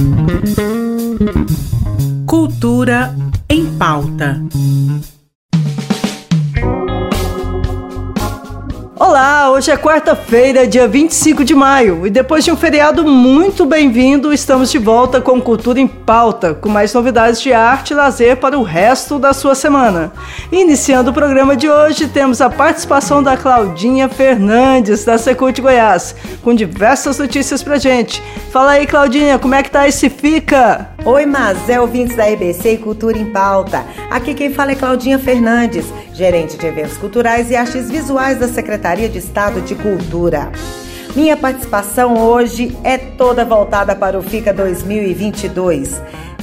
Cultura em Pauta. Olá, hoje é quarta-feira, dia 25 de maio, e depois de um feriado muito bem-vindo, estamos de volta com Cultura em Pauta, com mais novidades de arte e lazer para o resto da sua semana. Iniciando o programa de hoje, temos a participação da Claudinha Fernandes, da Secult Goiás, com diversas notícias pra gente. Fala aí, Claudinha, como é que tá esse Fica? Oi, Mazé, ouvintes da EBC e Cultura em Pauta. Aqui quem fala é Claudinha Fernandes, gerente de eventos culturais e artes visuais da Secretaria de Estado de Cultura. Minha participação hoje é toda voltada para o Fica 2022.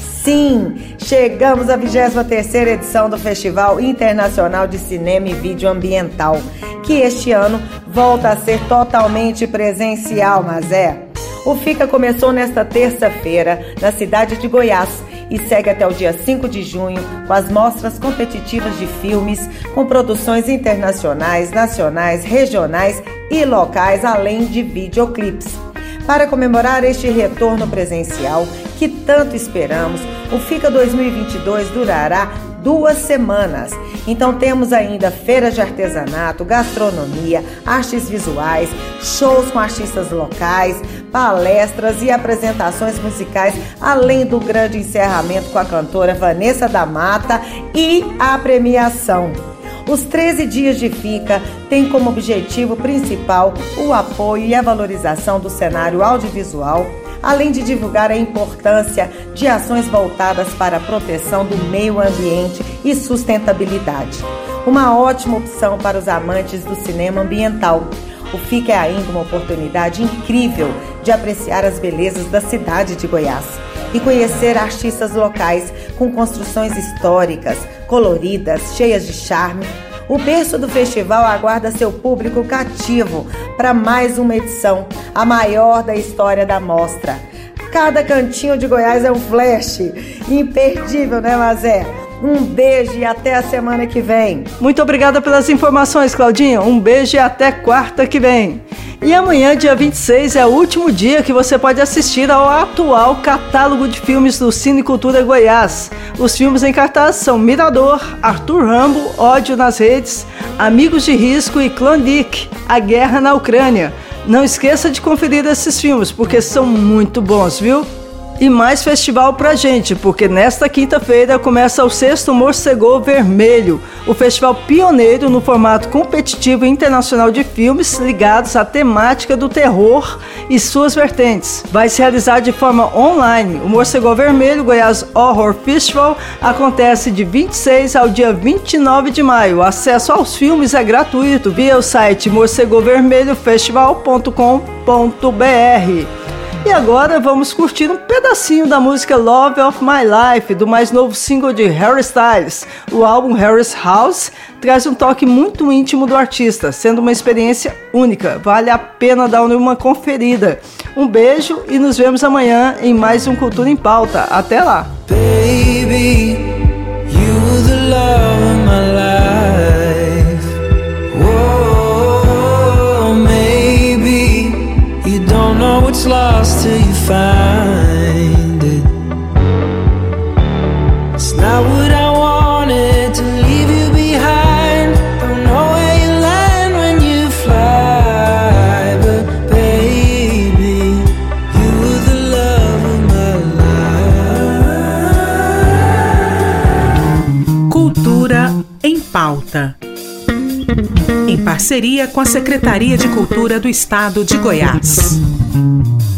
Sim, chegamos à 23ª edição do Festival Internacional de Cinema e Vídeo Ambiental, que este ano volta a ser totalmente presencial, Mazé. O Fica começou nesta terça-feira, na cidade de Goiás, e segue até o dia 5 de junho com as mostras competitivas de filmes, com produções internacionais, nacionais, regionais e locais, além de videoclipes. Para comemorar este retorno presencial que tanto esperamos, o Fica 2022 durará 2 semanas. Então temos ainda feiras de artesanato, gastronomia, artes visuais, shows com artistas locais, palestras e apresentações musicais, além do grande encerramento com a cantora Vanessa da Mata e a premiação. Os 13 dias de Fica têm como objetivo principal o apoio e a valorização do cenário audiovisual, além de divulgar a importância de ações voltadas para a proteção do meio ambiente e sustentabilidade. Uma ótima opção para os amantes do cinema ambiental. O Fica é ainda uma oportunidade incrível de apreciar as belezas da cidade de Goiás e conhecer artistas locais com construções históricas, coloridas, cheias de charme. O berço do festival aguarda seu público cativo para mais uma edição, a maior da história da mostra. Cada cantinho de Goiás é um flash, imperdível, né, Mazé? Um beijo e até a semana que vem. Muito obrigada pelas informações, Claudinha. Um beijo e até quarta que vem. E amanhã, dia 26, é o último dia que você pode assistir ao atual catálogo de filmes do Cine Cultura Goiás. Os filmes em cartaz são Mirador, Arthur Rambo, Ódio nas Redes, Amigos de Risco e Klondike, A Guerra na Ucrânia. Não esqueça de conferir esses filmes, porque são muito bons, viu? E mais festival pra gente, porque nesta quinta-feira começa o 6º Morcegô Vermelho, o festival pioneiro no formato competitivo internacional de filmes ligados à temática do terror e suas vertentes. Vai se realizar de forma online. O Morcegô Vermelho Goiás Horror Festival acontece de 26 ao dia 29 de maio. O acesso aos filmes é gratuito via o site morcegovermelhofestival.com.br. E agora vamos curtir um pedacinho da música Love of My Life, do mais novo single de Harry Styles. O álbum Harry's House traz um toque muito íntimo do artista, sendo uma experiência única. Vale a pena dar uma conferida. Um beijo e nos vemos amanhã em mais um Cultura em Pauta. Até lá! Baby, you're the love of my life. Whoa, maybe you don't know what's lost till you find it. It's not what I wanted to leave you behind. Don't know where you land when you fly, but baby, you were the love of my life. Cultura em Pauta. Em parceria com a Secretaria de Cultura do Estado de Goiás.